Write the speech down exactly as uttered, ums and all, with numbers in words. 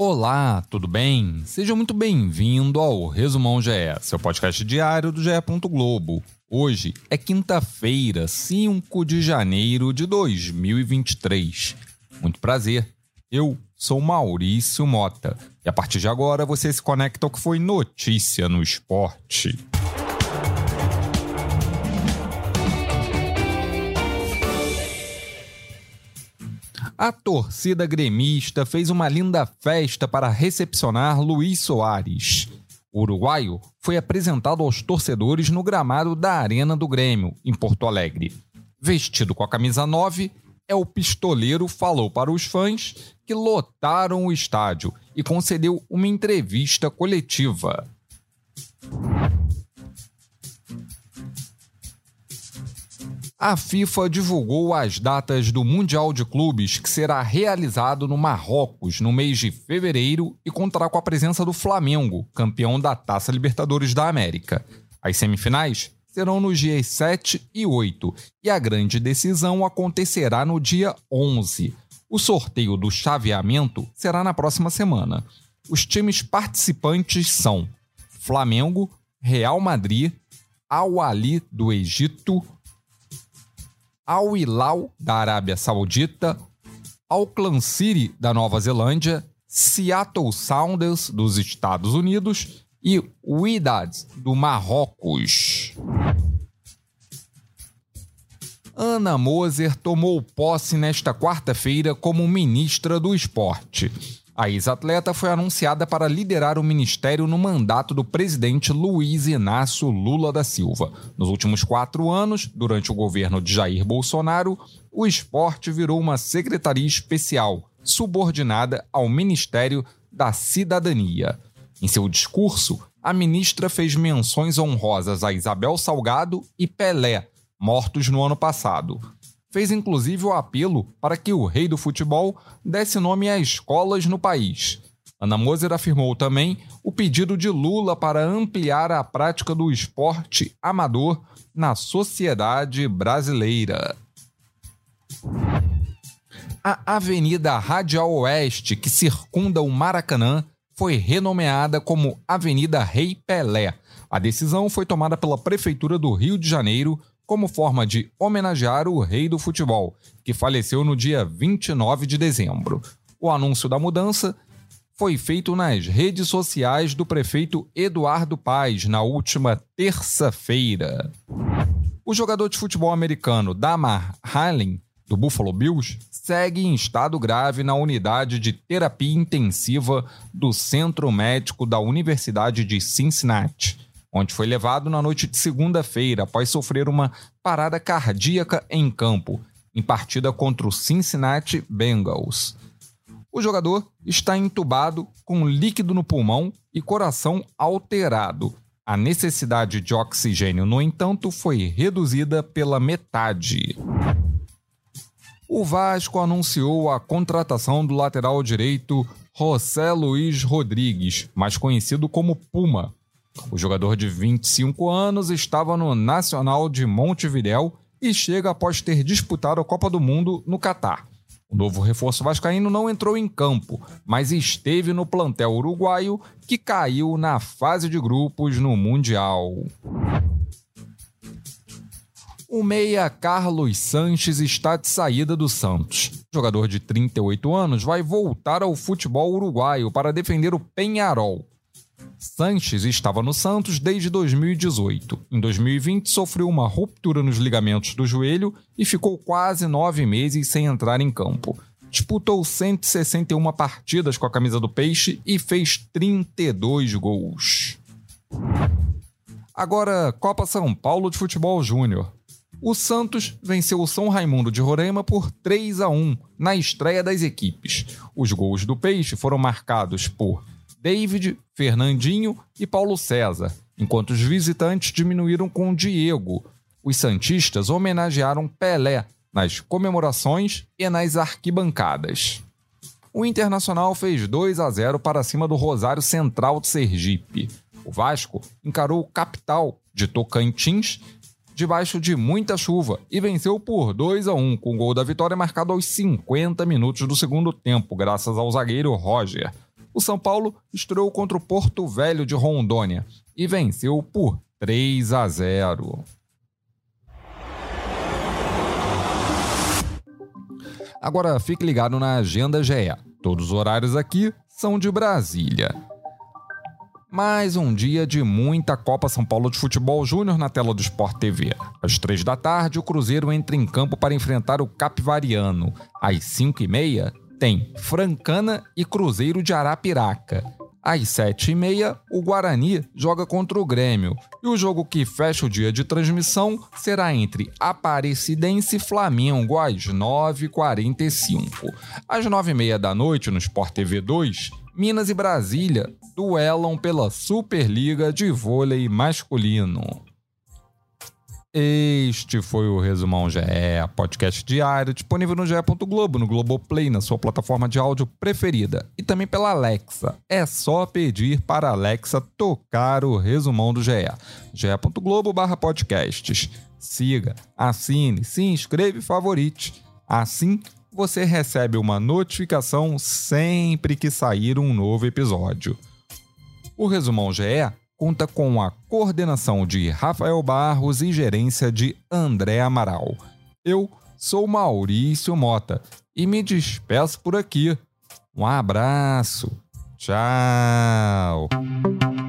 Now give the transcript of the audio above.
Olá, tudo bem? Seja muito bem-vindo ao Resumão G E, seu podcast diário do G E. Globo. Hoje é quinta-feira, cinco de janeiro de dois mil e vinte e três. Muito prazer, eu sou Maurício Mota e a partir de agora você se conecta ao que foi notícia no esporte. A torcida gremista fez uma linda festa para recepcionar Luís Soares. O uruguaio foi apresentado aos torcedores no gramado da Arena do Grêmio, em Porto Alegre. Vestido com a camisa nove, El Pistoleiro falou para os fãs que lotaram o estádio e concedeu uma entrevista coletiva. A FIFA divulgou as datas do Mundial de Clubes, que será realizado no Marrocos no mês de fevereiro e contará com a presença do Flamengo, campeão da Taça Libertadores da América. As semifinais serão nos dias sete e oito e a grande decisão acontecerá no dia onze. O sorteio do chaveamento será na próxima semana. Os times participantes são Flamengo, Real Madrid, Al-Ahly do Egito, Al Hilal da Arábia Saudita, Auckland City da Nova Zelândia, Seattle Sounders dos Estados Unidos e Wydad do Marrocos. Ana Moser tomou posse nesta quarta-feira como ministra do Esporte. A ex-atleta foi anunciada para liderar o ministério no mandato do presidente Luiz Inácio Lula da Silva. Nos últimos quatro anos, durante o governo de Jair Bolsonaro, o esporte virou uma secretaria especial, subordinada ao Ministério da Cidadania. Em seu discurso, a ministra fez menções honrosas a Isabel Salgado e Pelé, mortos no ano passado. Fez inclusive o apelo para que o rei do futebol desse nome a escolas no país. Ana Moser afirmou também o pedido de Lula para ampliar a prática do esporte amador na sociedade brasileira. A Avenida Radial Oeste, que circunda o Maracanã, foi renomeada como Avenida Rei Pelé. A decisão foi tomada pela Prefeitura do Rio de Janeiro como forma de homenagear o rei do futebol, que faleceu no dia vinte e nove de dezembro. O anúncio da mudança foi feito nas redes sociais do prefeito Eduardo Paes na última terça-feira. O jogador de futebol americano Damar Hamlin, do Buffalo Bills, segue em estado grave na unidade de terapia intensiva do Centro Médico da Universidade de Cincinnati, onde foi levado na noite de segunda-feira após sofrer uma parada cardíaca em campo, em partida contra o Cincinnati Bengals. O jogador está entubado com líquido no pulmão e coração alterado. A necessidade de oxigênio, no entanto, foi reduzida pela metade. O Vasco anunciou a contratação do lateral direito José Luiz Rodrigues, mais conhecido como Puma. O jogador de vinte e cinco anos estava no Nacional de Montevidéu e chega após ter disputado a Copa do Mundo no Catar. O novo reforço vascaíno não entrou em campo, mas esteve no plantel uruguaio, que caiu na fase de grupos no Mundial. O meia Carlos Sanches está de saída do Santos. O jogador de trinta e oito anos vai voltar ao futebol uruguaio para defender o Peñarol. Sanches estava no Santos desde dois mil e dezoito. Em dois mil e vinte, sofreu uma ruptura nos ligamentos do joelho e ficou quase nove meses sem entrar em campo. Disputou cento e sessenta e uma partidas com a camisa do Peixe e fez trinta e dois gols. Agora, Copa São Paulo de Futebol Júnior. O Santos venceu o São Raimundo de Roraima por três a um na estreia das equipes. Os gols do Peixe foram marcados por David, Fernandinho e Paulo César, enquanto os visitantes diminuíram com Diego. Os santistas homenagearam Pelé nas comemorações e nas arquibancadas. O Internacional fez dois a zero para cima do Rosário Central de Sergipe. O Vasco encarou o Capital de Tocantins debaixo de muita chuva e venceu por dois a um, com o gol da vitória marcado aos cinquenta minutos do segundo tempo, graças ao zagueiro Roger. O São Paulo estreou contra o Porto Velho de Rondônia e venceu por três a zero. Agora fique ligado na Agenda G E. Todos os horários aqui são de Brasília. Mais um dia de muita Copa São Paulo de Futebol Júnior na tela do Sport T V. Às três da tarde, o Cruzeiro entra em campo para enfrentar o Capivariano. Às cinco e meia, tem Francana e Cruzeiro de Arapiraca. Às sete e meia, o Guarani joga contra o Grêmio. E o jogo que fecha o dia de transmissão será entre Aparecidense e Flamengo, às nove e quarenta e cinco. Às nove e meia da noite, no Sport T V dois, Minas e Brasília duelam pela Superliga de Vôlei Masculino. Este foi o Resumão G E, podcast diário, disponível no G E ponto Globo, no Globoplay, na sua plataforma de áudio preferida, e também pela Alexa. É só pedir para a Alexa tocar o Resumão do G E. G E ponto Globo barra podcasts. Siga, assine, se inscreva e favorite. Assim, você recebe uma notificação sempre que sair um novo episódio. O Resumão G E conta com a coordenação de Rafael Barros e gerência de André Amaral. Eu sou Maurício Mota e me despeço por aqui. Um abraço. Tchau.